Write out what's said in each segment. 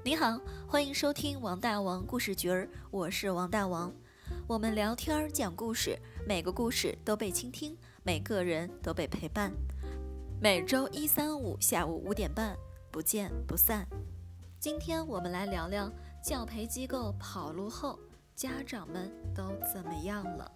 你好，欢迎收听王大王故事局儿，我是王大王。我们聊天讲故事，每个故事都被倾听，每个人都被陪伴。每周一、三、五下午5点半，不见不散。今天我们来聊聊教培机构跑路后，家长们都怎么样了？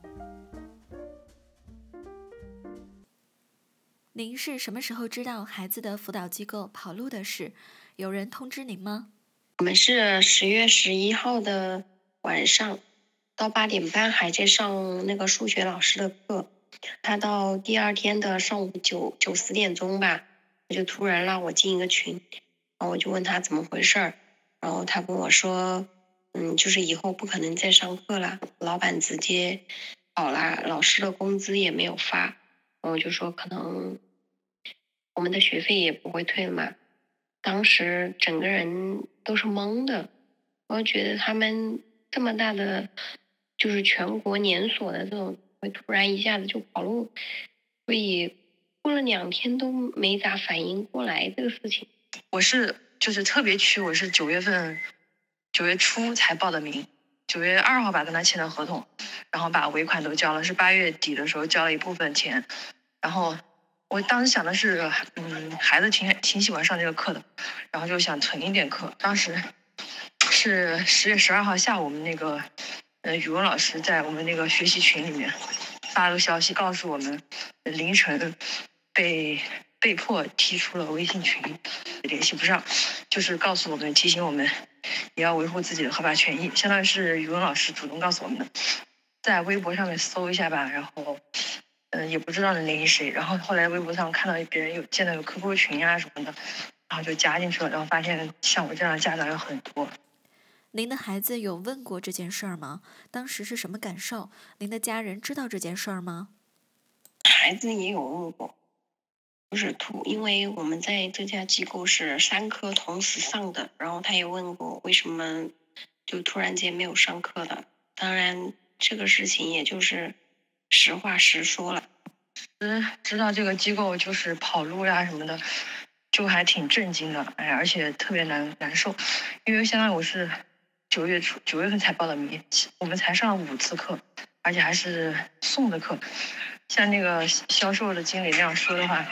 您是什么时候知道孩子的辅导机构跑路的事？有人通知您吗？ 我们是10月11号的晚上到8点半还在上那个数学老师的课，他到第二天的上午9、10点钟吧，他就突然让我进一个群，然后我就问他怎么回事儿，然后他跟我说，就是以后不可能再上课了，老板直接跑了，老师的工资也没有发，然后我就说可能我们的学费也不会退了嘛。当时整个人都是懵的，我觉得他们这么大的，就是全国连锁的这种，会突然一下子就跑路，所以过了2天都没咋反应过来这个事情。 我是特别区，我是9月初才报的名，9月2号吧跟他签的合同，然后把尾款都交了，是8月底的时候交了一部分钱，然后我当时想的是，孩子挺喜欢上这个课的，然后就想存一点课。当时是10月12号下午，我们那个语文老师在我们那个学习群里面发了个消息，告诉我们凌晨被迫踢出了微信群，联系不上，就是告诉我们，提醒我们也要维护自己的合法权益，相当于是语文老师主动告诉我们的。在微博上面搜一下吧，然后也不知道能联系谁，然后后来微博上看到别人见到有 QQ 群啊什么的，然后就加进去了，然后发现像我这样的家长有很多。 您的孩子有问过这件事儿吗？当时是什么感受？您的家人知道这件事儿吗？ 孩子也有问过，因为我们在这家机构是3科同时上的，然后他也问过为什么就突然间没有上课的。当然这个事情也就是实话实说了。 知道这个机构就是跑路呀什么的，就还挺震惊的，而且特别难受，因为相当于我是9月份才报的名，我们才上了5次课，而且还是送的课。像那个销售的经理那样说的话，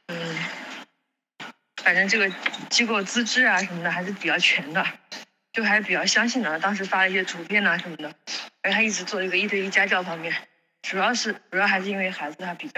反正这个机构资质啊什么的还是比较全的，就还比较相信的。当时发了一些图片啊什么的，而且他一直做一个1对1家教方面，主要还是因为孩子他比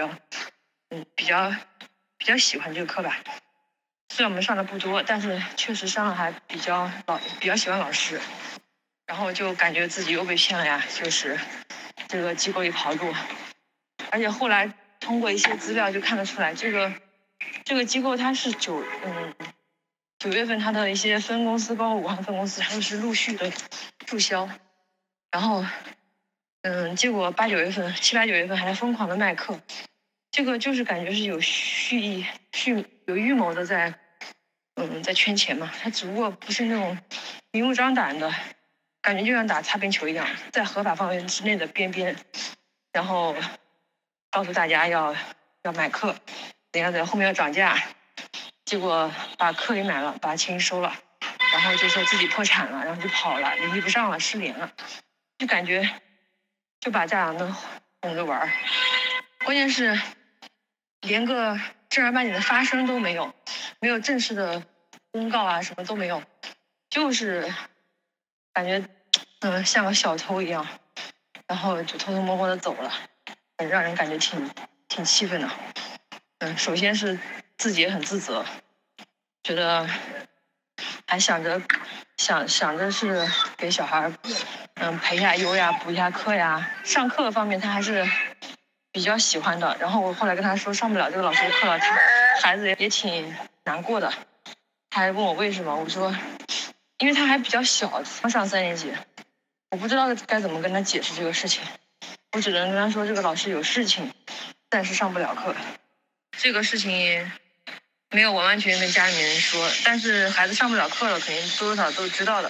较喜欢这个课吧。虽然我们上的不多，但是确实上的还比较喜欢老师，然后就感觉自己又被骗了呀，就是这个机构里跑路，而且后来通过一些资料就看得出来，这个机构它是9月份它的一些分公司，包括武汉分公司，它都是陆续的注销，然后结果7、8、9月份还在疯狂的卖课，这个就是感觉是有有预谋的在圈钱嘛，他只不过不是那种明目张胆的，感觉就像打擦边球一样，在合法范围之内的边，然后告诉大家要买课，等下后面要涨价，结果把课给买了，把钱收了，然后就说自己破产了，然后就跑了，联系不上了，失联了，就感觉就把家长都哄着玩儿，关键是连个正儿八经的发声都没有，没有正式的公告啊，什么都没有，就是感觉像个小偷一样，然后就偷偷摸摸的走了，让人感觉挺气愤的。首先是自己也很自责，觉得还想着是给小孩培一下优呀，补一下课呀，上课方面他还是比较喜欢的。然后我后来跟他说上不了这个老师的课了，孩子也挺难过的，他还问我为什么，我说因为他还比较小，刚上3年级，我不知道该怎么跟他解释这个事情，我只能跟他说这个老师有事情，暂时上不了课。这个事情没有完完全全跟家里面人说，但是孩子上不了课了，肯定多多少少都知道的。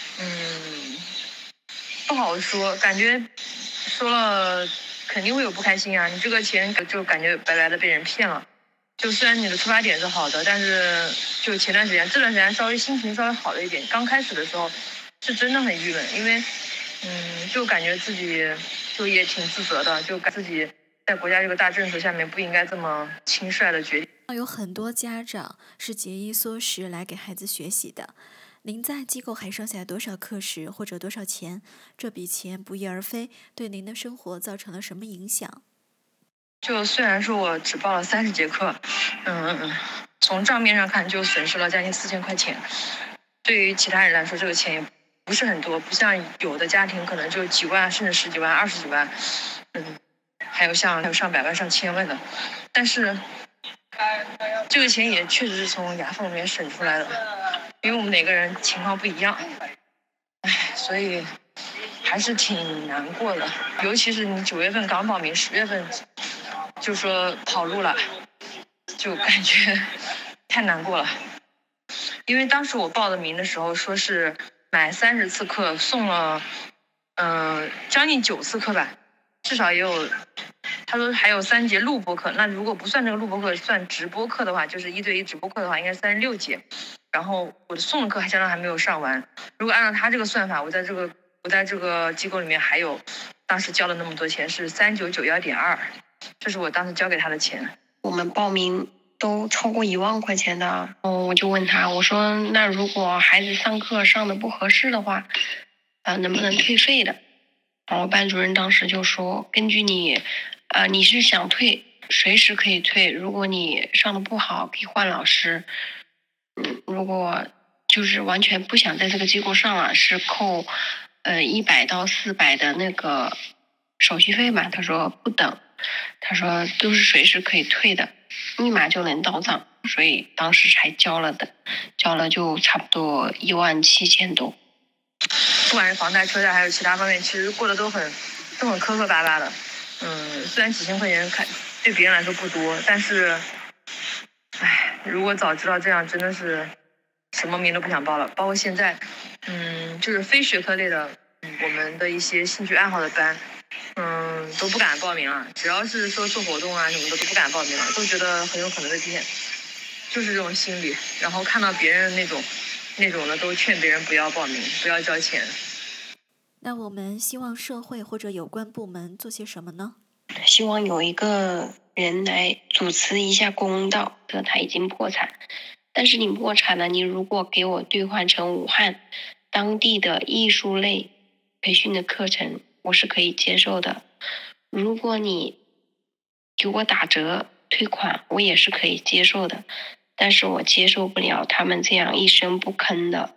不好说，感觉说了肯定会有不开心啊！你这个钱就感觉白白的被人骗了。就虽然你的出发点是好的，但是就前段时间，这段时间稍微心情稍微好了一点。刚开始的时候是真的很郁闷，因为就感觉自己就也挺自责的，就感自己在国家这个大政策下面不应该这么轻率的决定。 有很多家长是节衣缩食来给孩子学习的。您在机构还剩下多少课时或者多少钱？这笔钱不翼而飞，对您的生活造成了什么影响？ 就虽然说我只报了30节课，从账面上看就损失了将近4000块钱。对于其他人来说，这个钱也不是很多，不像有的家庭可能就几万甚至10几万、20几万，还有上百万、上千万的。但是这个钱也确实是从牙缝里面省出来的，因为我们每个人情况不一样，所以还是挺难过的。尤其是你9月份刚报名，10月份就说跑路了，就感觉太难过了。因为当时我报的名的时候说是买30次课送了将近9次课吧，至少也有，他说还有3节录播课。那如果不算这个录播课，算直播课的话，就是1对1直播课的话，应该是36节。然后我的送的课相当还没有上完。如果按照他这个算法，我在这个机构里面还有当时交了那么多钱，是3991.2，这是我当时交给他的钱。 我们报名都超过1万块钱的。我就问他，我说那如果孩子上课上的不合适的话，能不能退费的？然后班主任当时就说，根据你是想退，随时可以退。如果你上的不好，可以换老师。如果就是完全不想在这个机构上了，是扣100到400的那个手续费嘛？他说不等，他说都是随时可以退的，立马就能到账，所以当时才交了就差不多17000多。 不管是房贷、车贷还有其他方面，其实过得都很磕磕巴巴的。虽然几千块钱对别人来说不多，但是如果早知道这样，真的是什么名都不想报了。包括现在就是非学科类的我们的一些兴趣爱好的班都不敢报名了。只要是说做活动啊什么的都不敢报名了，都觉得很有可能被骗，就是这种心理。然后看到别人那种的都劝别人不要报名，不要交钱。 那我们希望社会或者有关部门做些什么呢？ 希望有一个人来主持一下公道。他已经破产，但是你破产了，你如果给我兑换成武汉当地的艺术类培训的课程，我是可以接受的。如果你给我打折退款，我也是可以接受的。但是我接受不了他们这样一声不吭的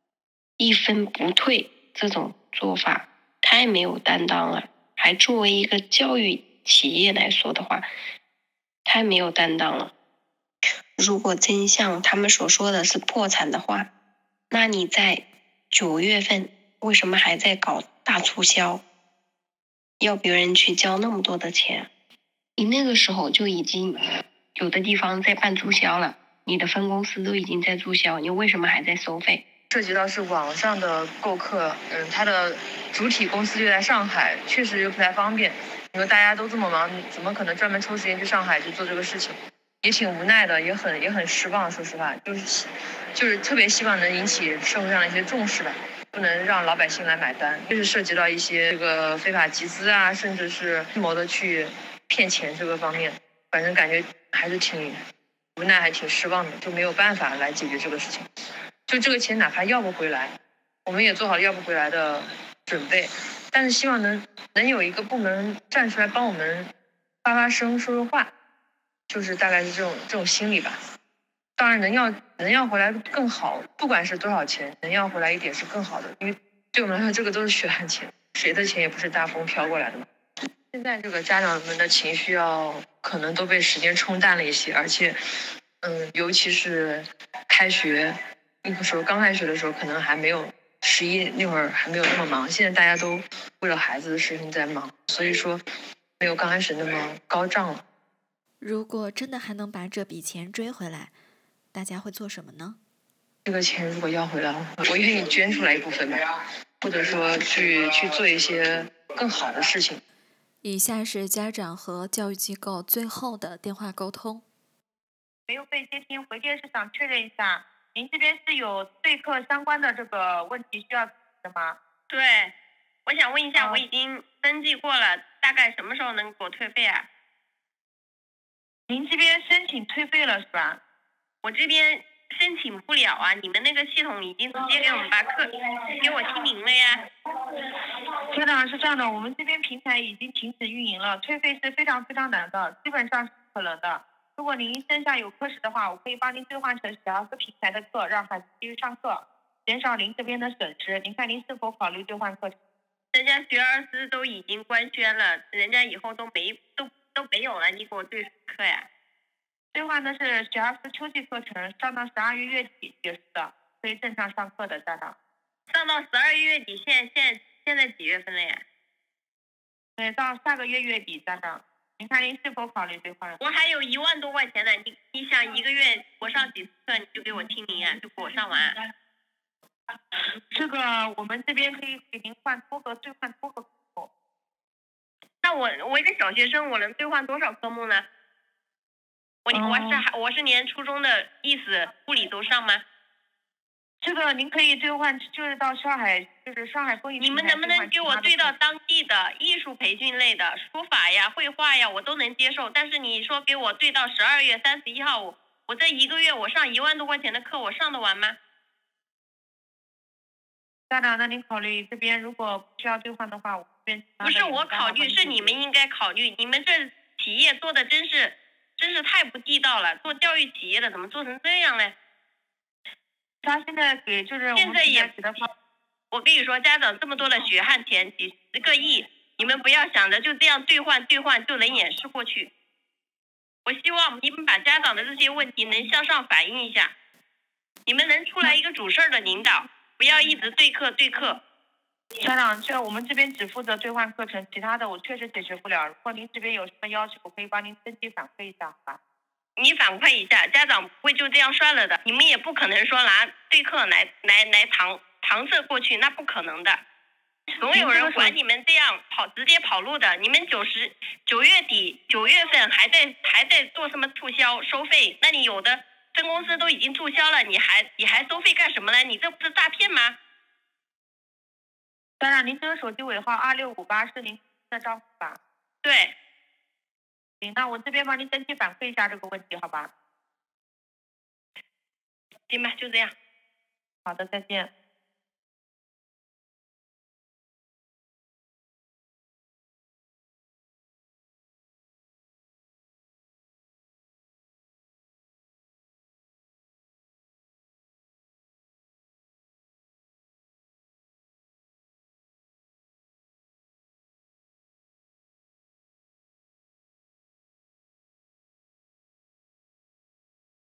1分不退，这种做法太没有担当了。还作为一个教育企业来说的话，太没有担当了。如果真像他们所说的是破产的话，那你在9月份为什么还在搞大促销，要别人去交那么多的钱？你那个时候就已经有的地方在办促销了，你的分公司都已经在促销，你为什么还在收费？ 涉及到是网上的购课，它的主体公司就在上海，确实又不太方便。你说大家都这么忙，怎么可能专门抽时间去上海去做这个事情？也挺无奈的，也很失望。说实话，就是特别希望能引起社会上的一些重视吧，不能让老百姓来买单。就是涉及到一些这个非法集资啊，甚至是预谋的去骗钱这个方面，反正感觉还是挺无奈，还挺失望的，就没有办法来解决这个事情。就这个钱哪怕要不回来，我们也做好了要不回来的准备，但是希望能有一个部门站出来帮我们发声说说话，就是大概是这种心理吧。当然能要回来更好，不管是多少钱，能要回来一点是更好的，因为对我们来说这个都是血汗钱，谁的钱也不是大风飘过来的嘛。现在这个家长们的情绪可能都被时间冲淡了一些，而且尤其是开学那个时候，刚开学的时候可能还没有11那会儿还没有那么忙，现在大家都为了孩子的事情在忙，所以说没有刚开始那么高涨了。 如果真的还能把这笔钱追回来，大家会做什么呢？ 这个钱如果要回来，我愿意捐出来一部分吧，或者说去做一些更好的事情。 以下是家长和教育机构最后的电话沟通。 没有被接听，回电是想确认一下，您这边是有对课相关的这个问题需要的吗？ 对，我想问一下， 啊我已经登记过了，大概什么时候能给我退费啊？ 您这边申请退费了是吧？ 我这边申请不了啊，你们那个系统已经直接给我们把课给我清零了呀。 家长是这样的，我们这边平台已经停止运营了，退费是非常非常难的，基本上是不可能的。如果您线下有课时的话，我可以帮您兑换成小儿科平台的课，让孩子继续上课，减少您这边的损失。您看您是否考虑兑换课程？ 人家学而思都已经官宣了，人家以后都没有了，你给我对什么课呀？ 兑换的是学而思秋季课程，上到12月月底结束的，可以正常上课的家长。 上到12月底，现在几月份了呀？ 对，到下个月月底，家长，您看您是否考虑兑换？ 我还有1万多块钱呢，你想一个月我上几次课，你就给我清零啊，就给我上完。 这个我们这边可以给您换多个兑换多个科目。 那我一个小学生，我能兑换多少科目呢？我是连初中的历史、物理都上吗？ 这个您可以兑换，就是到上海公益平台。 你们能不能给我对到当地的艺术培训类的，书法呀、绘画呀，我都能接受。但是你说给我对到12月31号，我这一个月我上1万多块钱的课，我上得完吗？ 家长，那您考虑这边如果不需要兑换的话，我这边不是我考虑，是你们应该考虑。你们这企业做的真是太不地道了，做教育企业的怎么做成这样呢？ 他现在给就是现在也给的方， 我跟你说，家长这么多的血汗钱，几10个亿，你们不要想着就这样兑换就能掩饰过去。我希望你们把家长的这些问题能向上反映一下，你们能出来一个主事的领导，不要一直对课。 家长，这我们这边只负责兑换课程，其他的我确实解决不了。如果您这边有什么要求，我可以帮您登记反馈一下，好吧？ 你反馈一下，家长不会就这样算了的，你们也不可能说拿对课来搪塞过去，那不可能的。总有人管你们这样直接跑路的。你们9月底9月份还在做什么促销收费？那你有的分公司都已经注销了，你还收费干什么呢？你这不是诈骗吗？ 家长，您这个手机尾号2658是您的账户吧？ 对。 行，那我这边帮您登记反馈一下这个问题，好吧？ 行吧，就这样。 好的，再见。